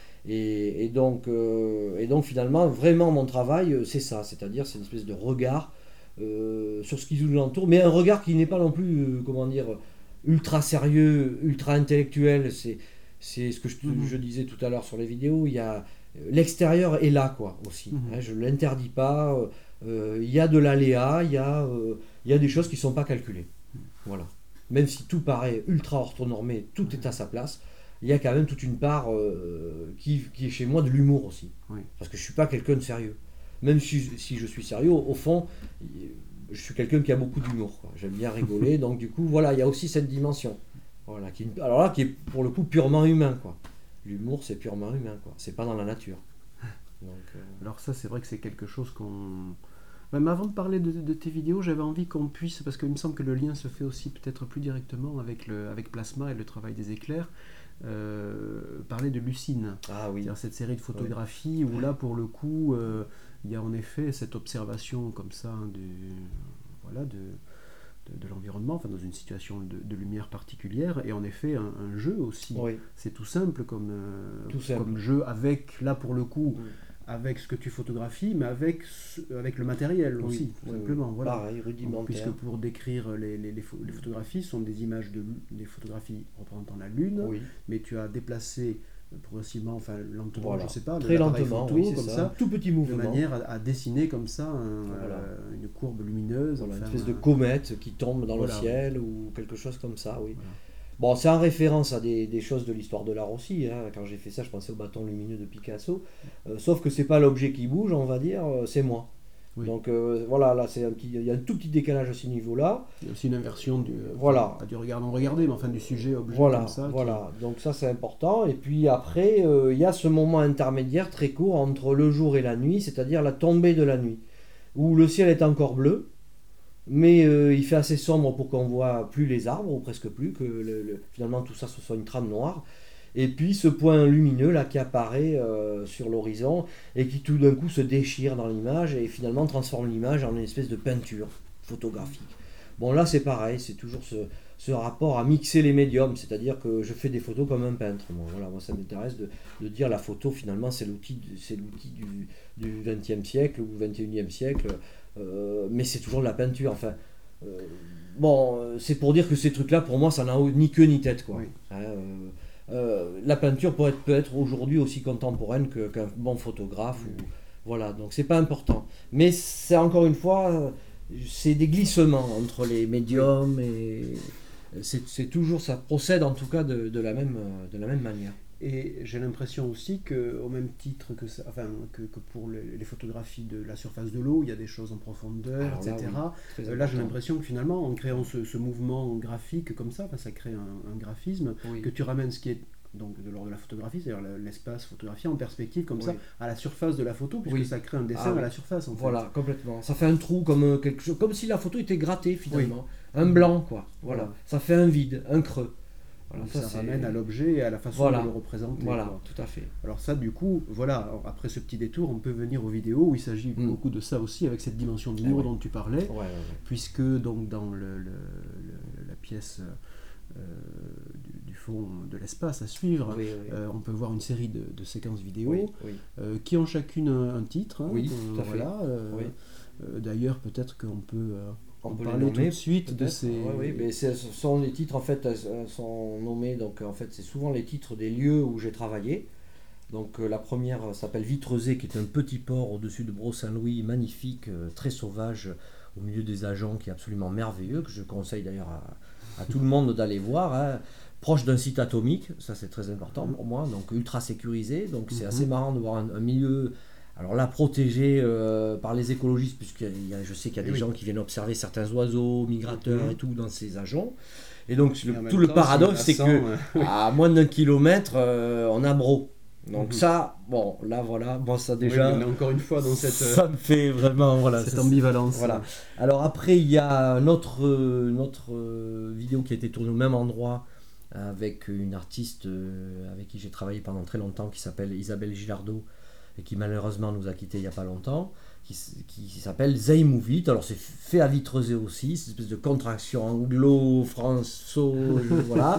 Et, et donc, euh, et donc finalement, vraiment mon travail, euh, c'est ça, c'est-à-dire c'est une espèce de regard euh, sur ce qui nous entoure, mais un regard qui n'est pas non plus, euh, comment dire, ultra sérieux, ultra intellectuel. C'est, c'est ce que je, te- Mhm. je disais tout à l'heure sur les vidéos. Il y a l'extérieur est là, quoi, aussi. Mhm. Hein, je ne l'interdis pas. euh, euh, Il y a de l'aléa, il y a, euh, il y a des choses qui ne sont pas calculées. Voilà. Même si tout paraît ultra orthonormé, tout est à sa place, il y a quand même toute une part euh, qui, qui est chez moi de l'humour aussi. Oui. Parce que je ne suis pas quelqu'un de sérieux. Même si, si je suis sérieux, au fond, je suis quelqu'un qui a beaucoup d'humour, quoi. J'aime bien rigoler, donc du coup, voilà, il y a aussi cette dimension. Voilà, qui, alors là, qui est pour le coup purement humain, quoi. L'humour, c'est purement humain, quoi. C'est pas dans la nature. Donc, euh, Alors ça, c'est vrai que c'est quelque chose qu'on... Ouais, mais avant de parler de, de tes vidéos, j'avais envie qu'on puisse, parce qu'il me semble que le lien se fait aussi peut-être plus directement avec, le, avec Plasma et le travail des éclairs, euh, parler de Lucine. Ah oui. C'est-à-dire cette série de photographies où là, pour le coup, euh, il y a en effet cette observation comme ça hein, du, voilà, de, de, de l'environnement, enfin dans une situation de, de lumière particulière, et en effet un, un jeu aussi. Oui. C'est tout simple comme, euh, Tout simple. comme jeu avec, là pour le coup, Oui. avec ce que tu photographies, mais avec, ce- avec le matériel Oui, aussi, tout oui, simplement. oui. Voilà. Pareil, Donc, rudimentaire. puisque pour décrire les, les, les, pho- les photographies, ce sont des images de lu- des photographies représentant la Lune, Oui. mais tu as déplacé euh, progressivement, enfin lentement, Voilà. je sais pas, Très l'appareil lentement, photo, oui, c'est comme ça. ça, Tout petit de mouvement. manière à, à dessiner comme ça un, Voilà. euh, une courbe lumineuse. Voilà, une enfin, espèce de un- comète qui tombe dans Voilà. le ciel ou quelque chose comme ça, oui. Voilà. Bon, c'est en référence à des, des choses de l'histoire de l'art aussi. Hein. Quand j'ai fait ça, je pensais au bâton lumineux de Picasso. Euh, sauf que c'est pas l'objet qui bouge, on va dire, euh, c'est moi. Oui. Donc euh, voilà, là, c'est un petit, il y a un tout petit décalage à ce niveau-là. Il y a aussi une inversion du, euh, Voilà. enfin, pas du regardant regarder, mais enfin du sujet-objet Voilà, comme ça. qui- voilà. Donc ça, c'est important. Et puis après, euh, il y a ce moment intermédiaire très court entre le jour et la nuit, c'est-à-dire la tombée de la nuit, où le ciel est encore bleu. Mais euh, il fait assez sombre pour qu'on voit plus les arbres, ou presque plus, que le- le- finalement tout ça ce soit une trame noire. Et puis ce point lumineux là qui apparaît euh, sur l'horizon et qui tout d'un coup se déchire dans l'image et finalement transforme l'image en une espèce de peinture photographique. Bon là c'est pareil, c'est toujours ce, ce rapport à mixer les médiums, c'est-à-dire que je fais des photos comme un peintre. Moi, voilà, moi ça m'intéresse de, de dire la photo finalement c'est l'outil, du- c'est l'outil du, du vingtième siècle ou vingt et unième siècle. Euh, mais c'est toujours de la peinture. Enfin, euh, bon, euh, c'est pour dire que ces trucs-là, pour moi, ça n'a ni queue ni tête, quoi. Oui. Hein, euh, euh, la peinture peut être, peut être aujourd'hui aussi contemporaine que- qu'un bon photographe. Ou, voilà, donc c'est pas important. Mais c'est encore une fois, euh, c'est des glissements entre les médiums et c'est c'est toujours, ça procède en tout cas de, de la même, euh, de la même manière. Et j'ai l'impression aussi que, au même titre que, ça, enfin, que, que pour les, les photographies de la surface de l'eau, il y a des choses en profondeur, Alors là, et cetera. oui, très Euh, là, j'ai important. l'impression que finalement, en créant ce, ce mouvement graphique comme ça, enfin, ça crée un, un graphisme, Oui. que tu ramènes ce qui est donc de l'ordre de la photographie, c'est-à-dire le- l'espace photographié en perspective comme ça, Oui. à la surface de la photo, puisque Oui. ça crée un dessin Ah oui. à la surface en fait. Voilà, complètement. Ça fait un trou comme euh, quelque chose, comme si la photo était grattée finalement. Un Mhm. blanc, quoi. Voilà. Voilà. Ça fait un vide, un creux. Voilà, Donc ça, ça, c'est- ramène à l'objet et à la façon Voilà. de le représenter. Voilà, quoi. tout à fait. Alors ça, du coup, voilà, alors, après ce petit détour, on peut venir aux vidéos où il s'agit Mm. beaucoup de ça aussi, avec cette dimension d'humour Eh ouais. dont tu parlais, Ouais, ouais, ouais. puisque donc dans le, le- le- la pièce euh, du, du fond de l'espace à suivre, Oui, oui. euh, on peut voir une série de, de séquences vidéo Oui, oui. euh, qui ont chacune un, un titre. hein, Oui, euh, tout à fait. voilà, euh, Oui. euh, D'ailleurs, peut-être qu'on peut, euh, On en peut les parler tout nommer, de suite de peut-être. ces... Oui, oui, mais c'est- ce sont les titres, en fait, elles elles sont nommés, donc en fait, c'est souvent les titres des lieux où j'ai travaillé. Donc euh, la première euh, s'appelle Vitrezé, qui est un petit port au-dessus de Bro-Saint-Louis, magnifique, euh, très sauvage, au milieu des Ajoncs, qui est absolument merveilleux, que je conseille d'ailleurs à, à tout le monde d'aller voir. hein. Proche d'un site atomique, ça c'est très important pour moi, donc ultra sécurisé, donc c'est Mhm. assez marrant de voir un, un milieu, alors là protégé euh, par les écologistes, puisque je sais qu'il y a Eh des oui. gens qui viennent observer certains oiseaux, migrateurs Mhm. et tout dans ces Ajoncs. Et donc Et le- en même tout le temps, paradoxe, s'il c'est la que sent, euh, à moins d'un kilomètre, euh, on a Bro. Donc Mhm. ça, bon, là voilà, bon ça oui, déjà, on est encore une fois dans cette, euh, ça me fait vraiment, voilà. cette ça, ambivalence. voilà. Alors après, il y a un autre, euh, une autre euh, vidéo qui a été tournée au même endroit avec une artiste euh, avec qui j'ai travaillé pendant très longtemps, qui s'appelle Isabelle Gilardot et qui malheureusement nous a quittés il n'y a pas longtemps, qui, s- qui s'appelle Zay Move It. Alors c'est fait à Vitrezé aussi, c'est une espèce de contraction anglo-franco, voilà.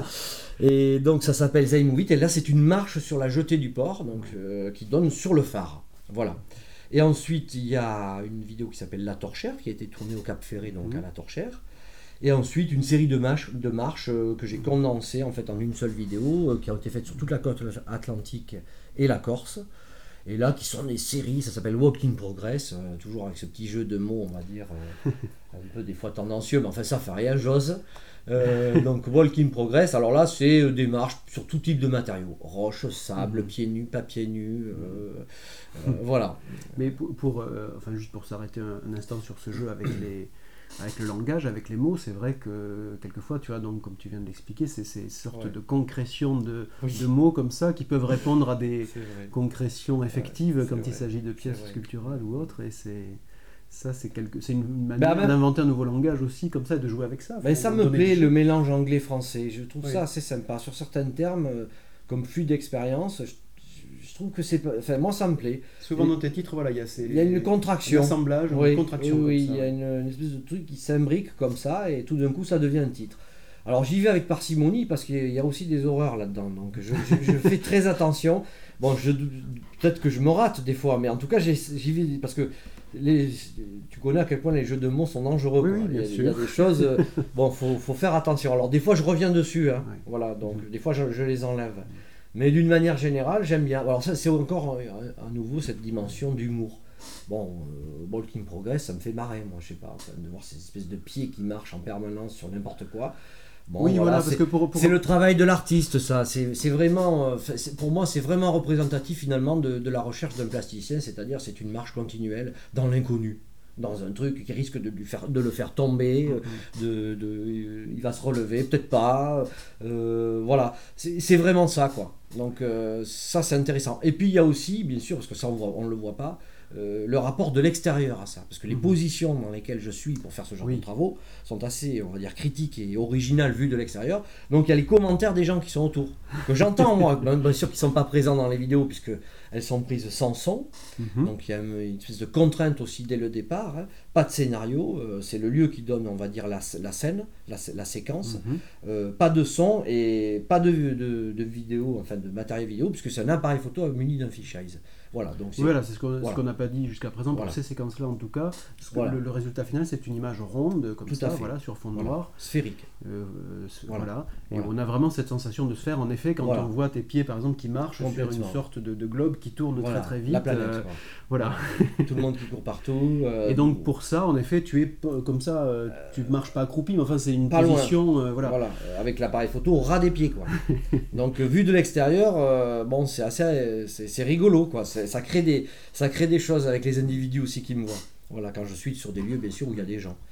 Et donc ça s'appelle Zay Move It, et là c'est une marche sur la jetée du port, donc euh, qui donne sur le phare. Voilà. Et ensuite, il y a une vidéo qui s'appelle La Torchère, qui a été tournée au Cap Ferré, donc Mhm. à La Torchère. Et ensuite, une série de marches, de marches euh, que j'ai condensées en fait en une seule vidéo, euh, qui ont été faites sur toute la côte atlantique et la Corse. Et là, qui sont des séries, ça s'appelle Walk in Progress, euh, toujours avec ce petit jeu de mots, on va dire, euh, un peu des fois tendancieux, mais enfin ça fait rien, j'ose. Euh, donc Walk in Progress, alors là c'est euh, des marches sur tout type de matériaux, roche, sable, Mhm. pieds nus, pas pieds nus, euh, euh, voilà. Mais pour, pour, euh, enfin juste pour s'arrêter un, un instant sur ce jeu avec les, avec le langage, avec les mots, c'est vrai que quelquefois, tu vois, donc comme tu viens de l'expliquer, c'est ces sortes Ouais. de concrétions de, Oui. de mots comme ça qui peuvent répondre à des C'est vrai. concrétions effectives Ouais, c'est quand il vrai. s'agit de pièces C'est vrai. sculpturales ou autres, et c'est ça, c'est quelque, c'est une manière même- d'inventer un nouveau langage aussi, comme ça, et de jouer avec ça. Ben, Faut ça me donner plaît, du le jeu. mélange anglais-français, je trouve Oui. ça assez sympa. Sur certains termes, euh, comme flux d'expérience, je, je trouve que c'est... pas- Enfin, moi ça me plaît. Souvent dans tes titres, voilà, il y a ces, Il y a une un contraction. assemblage, Oui, une contraction oui, oui, comme il y ça. a une, une espèce de truc qui s'imbrique comme ça et tout d'un coup ça devient un titre. Alors j'y vais avec parcimonie parce qu'il y a aussi des horreurs là-dedans, donc je, je- je fais très attention. Bon, je, peut-être que je me rate des fois, mais en tout cas j'ai- j'y vais parce que les, tu connais à quel point les jeux de mots sont dangereux. Oui, quoi. oui, il, y a, bien il y a sûr. des choses, euh, bon, faut, faut faire attention. Alors des fois je reviens dessus, hein, Ouais. voilà, donc Mhm. des fois je, je les enlève. Mais d'une manière générale, j'aime bien. Alors ça c'est encore euh, à nouveau cette dimension d'humour. Bon, euh, Walk in Progress, ça me fait marrer, moi, je sais pas, enfin, de voir ces espèces de pieds qui marchent en permanence sur n'importe quoi. Bon, Oui, voilà, parce c'est- que pour, pour- c'est le travail de l'artiste, ça. C'est c'est vraiment, euh, c'est- pour moi, c'est vraiment représentatif finalement de, de la recherche d'un plasticien, c'est-à-dire c'est une marche continuelle dans l'inconnu, dans un truc qui risque de, lui faire, de le faire tomber, euh, de, de- euh, il va se relever, peut-être pas. euh, voilà, c'est c'est vraiment ça, quoi. Donc euh, ça, c'est intéressant. Et puis il y a aussi, bien sûr, parce que ça on ne le voit pas, euh, le rapport de l'extérieur à ça. Parce que les Mhm. positions dans lesquelles je suis pour faire ce genre Oui. de travaux sont assez, on va dire, critiques et originales vues de l'extérieur. Donc il y a les commentaires des gens qui sont autour, que j'entends moi, bien, bien sûr qu'ils ne sont pas présents dans les vidéos puisque elles sont prises sans son. Mhm. Donc il y a une, une espèce de contrainte aussi dès le départ. hein. Pas de scénario, euh, c'est le lieu qui donne, on va dire, la, la scène, la, la séquence. Mhm. Euh, pas de son et pas de, de, de vidéo, enfin de matériel vidéo, puisque c'est un appareil photo muni d'un fisheye. Voilà, donc c'est- Voilà, c'est ce qu'on ce Voilà. qu'on n'a pas dit jusqu'à présent pour Voilà. ces séquences-là en tout cas. Ce que Voilà. le, le résultat final, c'est une image ronde comme Tout ça, à fait. voilà, sur fond voilà, noir. sphérique. Euh, euh, ce- Voilà. voilà. Et Voilà. on a vraiment cette sensation de sphère, en effet, quand Voilà. on voit tes pieds, par exemple, qui marchent sur une Complètement. sorte de, de globe qui tourne Voilà, très très vite. la planète. euh, quoi. voilà. Tout le monde qui court partout. euh, Et donc pour ça, en effet, tu es p- comme ça, euh, tu marches pas accroupi, mais enfin c'est une Pas loin. position, euh, voilà. voilà, euh, avec l'appareil photo au ras des pieds, quoi. Donc euh, vu de l'extérieur, euh, bon, c'est assez, euh, c'est c'est rigolo, quoi. C'est- Ça crée des, ça crée des choses avec les individus aussi qui me voient. Voilà, quand je suis sur des lieux, bien sûr, où il y a des gens.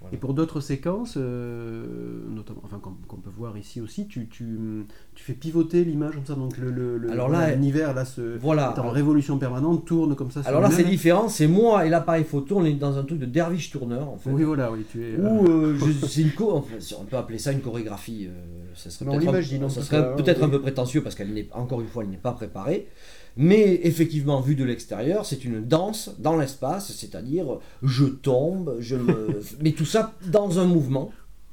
Et pour d'autres séquences, euh, notamment, enfin qu'on qu'on peut voir ici aussi, tu, tu, tu fais pivoter l'image comme ça, donc le, le, le Alors voilà, là, l'univers là, se, voilà. est en révolution permanente, tourne comme ça. Sur Alors là, c'est lui-même. différent, c'est moi et l'appareil photo, on est dans un truc de derviche tourneur en fait. Oui, voilà, oui, tu es. Où euh, je- c'est une co- enfin, on peut appeler ça une chorégraphie. euh, ça serait Mais on peut-être l'imagine, un, en ça tout serait cas, peut-être oui. un peu prétentieux parce qu'elle n'est encore une fois, elle n'est pas préparée. Mais effectivement, vu de l'extérieur, c'est une danse dans l'espace, c'est-à-dire je tombe, je me... mais tout ça dans un mouvement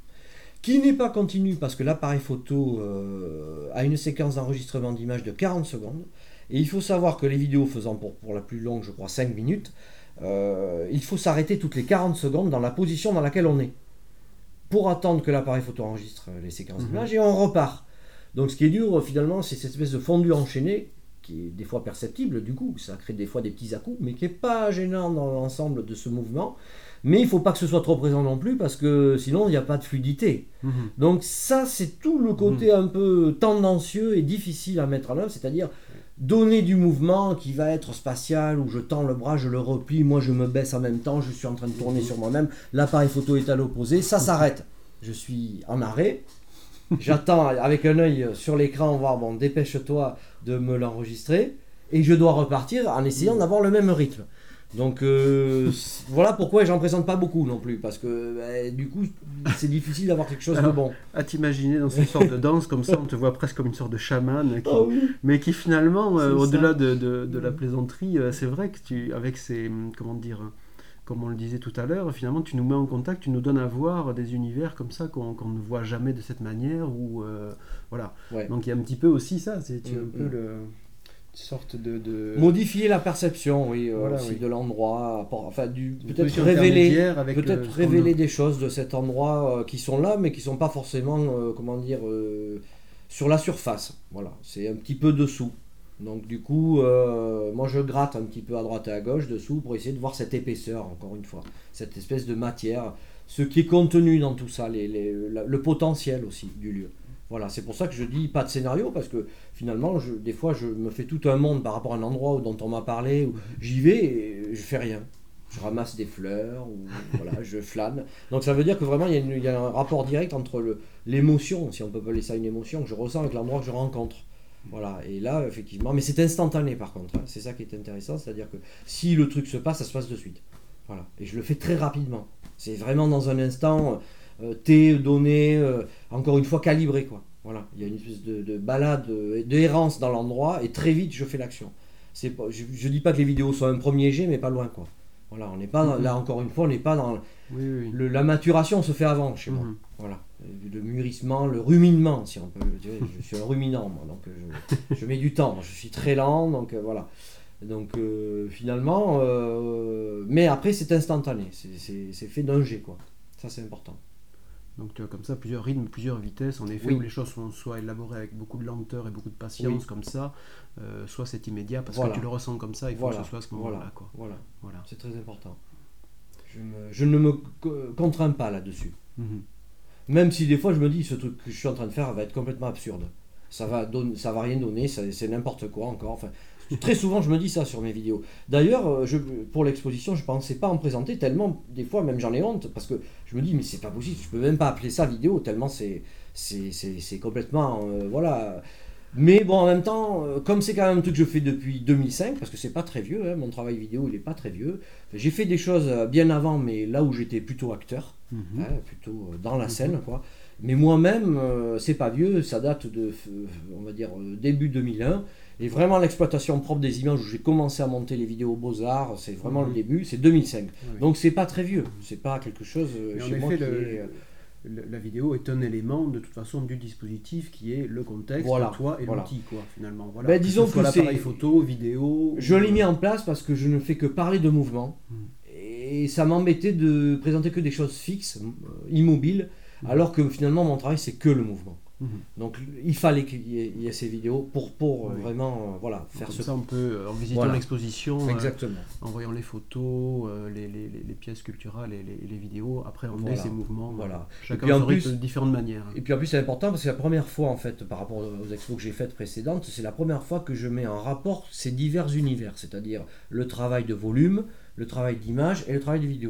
qui n'est pas continu parce que l'appareil photo euh, a une séquence d'enregistrement d'image de quarante secondes. Et il faut savoir que les vidéos faisant pour, pour la plus longue, je crois, cinq minutes, euh, il faut s'arrêter toutes les quarante secondes dans la position dans laquelle on est pour attendre que l'appareil photo enregistre les séquences Mhm. d'images et on repart. Donc ce qui est dur finalement, c'est cette espèce de fondu enchaîné qui est des fois perceptible du coup, ça crée des fois des petits à-coups, mais qui n'est pas gênant dans l'ensemble de ce mouvement. Mais il ne faut pas que ce soit trop présent non plus parce que sinon il n'y a pas de fluidité. Mhm. Donc ça c'est tout le côté un peu tendancieux et difficile à mettre en œuvre, c'est-à-dire donner du mouvement qui va être spatial, où je tends le bras, je le replie, moi je me baisse en même temps, je suis en train de tourner sur moi-même, l'appareil photo est à l'opposé, ça s'arrête. Je suis en arrêt, j'attends avec un œil sur l'écran, voir, bon, dépêche-toi de me l'enregistrer, et je dois repartir en essayant d'avoir le même rythme. Donc euh, voilà pourquoi j'en présente pas beaucoup non plus, parce que bah, du coup c'est difficile d'avoir quelque chose Alors, de bon. À t'imaginer dans cette sorte de danse comme ça, on te voit presque comme une sorte de chaman, qui, Oh oui. mais qui finalement, euh, C'est au-delà ça. de, de, de la plaisanterie, euh, c'est vrai que tu, avec ces, hum, comment dire, comme on le disait tout à l'heure, finalement tu nous mets en contact, tu nous donnes à voir des univers comme ça qu'on qu'on ne voit jamais de cette manière, ou euh, voilà. Ouais. Donc il y a un petit peu aussi ça, c'est tu, Mm, un peu mm. le, une sorte de, de Modifier la perception, oui, euh, Voilà, aussi oui. de l'endroit, pour- enfin du une peut-être position révéler, intermédiaire avec le- peut-être ce qu'on révéler a. des choses de cet endroit euh, qui sont là, mais qui sont pas forcément, euh, comment dire, euh, sur la surface. Voilà, c'est un petit peu dessous. Donc du coup, euh, moi je gratte un petit peu à droite et à gauche dessous pour essayer de voir cette épaisseur, encore une fois, cette espèce de matière, ce qui est contenu dans tout ça, les, les- la- le potentiel aussi du lieu. Voilà, c'est pour ça que je dis pas de scénario, parce que finalement, je, des fois, je me fais tout un monde par rapport à un endroit où- dont on m'a parlé, où j'y vais et je fais rien. Je ramasse des fleurs, ou voilà, je flâne. Donc ça veut dire que vraiment, il y a, une- il y a un rapport direct entre le- l'émotion, si on peut appeler ça une émotion, que je ressens avec l'endroit que je rencontre. Voilà, et là, effectivement, mais c'est instantané par contre, hein. C'est ça qui est intéressant, c'est-à-dire que si le truc se passe, ça se passe de suite. Voilà, et je le fais très rapidement. C'est vraiment dans un instant, euh, T donné, euh, encore une fois calibré, quoi. Voilà, il y a une espèce de, de balade, euh, d'errance dans l'endroit, et très vite je fais l'action. C'est pas, je, je dis pas que les vidéos sont un premier jet, mais pas loin, quoi. Voilà, on n'est pas dans- là encore une fois, on n'est pas dans Oui, oui, oui. le, la maturation se fait avant chez moi. Mhm. Voilà, le mûrissement, le ruminement, si on peut le dire. Je suis un ruminant, moi, donc euh, je, je mets du temps. Je suis très lent, donc euh, voilà. Donc euh, finalement, euh, mais après c'est instantané, c'est- c'est c'est fait d'un jet, quoi. Ça c'est important. Donc tu as comme ça plusieurs rythmes, plusieurs vitesses, en effet, Oui. où les choses sont soit élaborées avec beaucoup de lenteur et beaucoup de patience, Oui. comme ça, euh, soit c'est immédiat, parce Voilà. que tu le ressens comme ça, il faut Voilà. que ce soit à ce moment-là. Voilà. Quoi. Voilà, Voilà. c'est très important. Je, me- je ne me co- contrains pas là-dessus. Mhm. Même si des fois je me dis ce truc que je suis en train de faire va être complètement absurde. Ça va, donner, ça va rien donner, ça- c'est n'importe quoi encore. Enfin, très souvent je me dis ça sur mes vidéos. D'ailleurs, euh, je- pour l'exposition, je pensais pas en présenter tellement, des fois même j'en ai honte, parce que je me dis mais c'est pas possible, je peux même pas appeler ça vidéo, tellement c'est c'est- c'est- c'est complètement... euh, voilà. Mais bon, en même temps, euh, comme c'est quand même un truc que je fais depuis deux mille cinq, parce que c'est pas très vieux, hein, mon travail vidéo il est pas très vieux, j'ai fait des choses euh, bien avant, mais là où j'étais plutôt acteur. Mhm. Hein, plutôt euh, dans la scène, quoi. Mais moi-même, euh, c'est pas vieux, ça date de, euh, on va dire, euh, début deux mille un. Et vraiment l'exploitation propre des images où j'ai commencé à monter les vidéos Beaux-Arts, c'est vraiment Mhm. le début, c'est deux mille cinq. Oui. Donc c'est pas très vieux, c'est pas quelque chose euh, Mais en chez moi effet, qui le- est... euh, le- la vidéo est un élément de toute façon du dispositif qui est le contexte, Voilà, toi et voilà. l'outil, quoi, finalement. Voilà. Ben, Que disons ce soit que l'appareil c'est- photo, vidéo. Je ou- l'ai mis en place parce que je ne fais que parler de mouvement. Mhm. Et ça m'embêtait de présenter que des choses fixes, euh, immobiles, Mhm. alors que finalement mon travail c'est que le mouvement. Mhm. Donc il fallait qu'il y ait, il y ait ces vidéos pour, pour euh, Oui. vraiment euh, voilà, faire Comme ce... ça, on peut, euh, en visitant Voilà. l'exposition, euh, Exactement. en voyant les photos, euh, les, les- les- les pièces sculpturales et les, et les vidéos, appréhender Voilà. ces mouvements. Voilà. euh, Chacun Et puis en se rythme plus- de différentes manières. Et puis en plus c'est important parce que c'est la première fois en fait par rapport aux expos que j'ai faites précédentes, c'est la première fois que je mets en rapport ces divers univers, c'est-à-dire le travail de volume, le travail d'image et le travail de vidéo.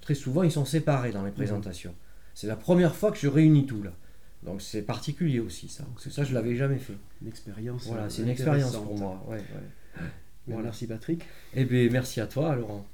très souvent, ils sont séparés dans les présentations. Mmh. C'est la première fois que je réunis tout, là. Donc c'est particulier aussi, ça. Donc, ça, je ne l'avais jamais fait. Une expérience. Voilà, c'est une expérience pour moi. Ouais, ouais. Voilà. Merci Patrick. Eh bien, merci à toi, Laurent.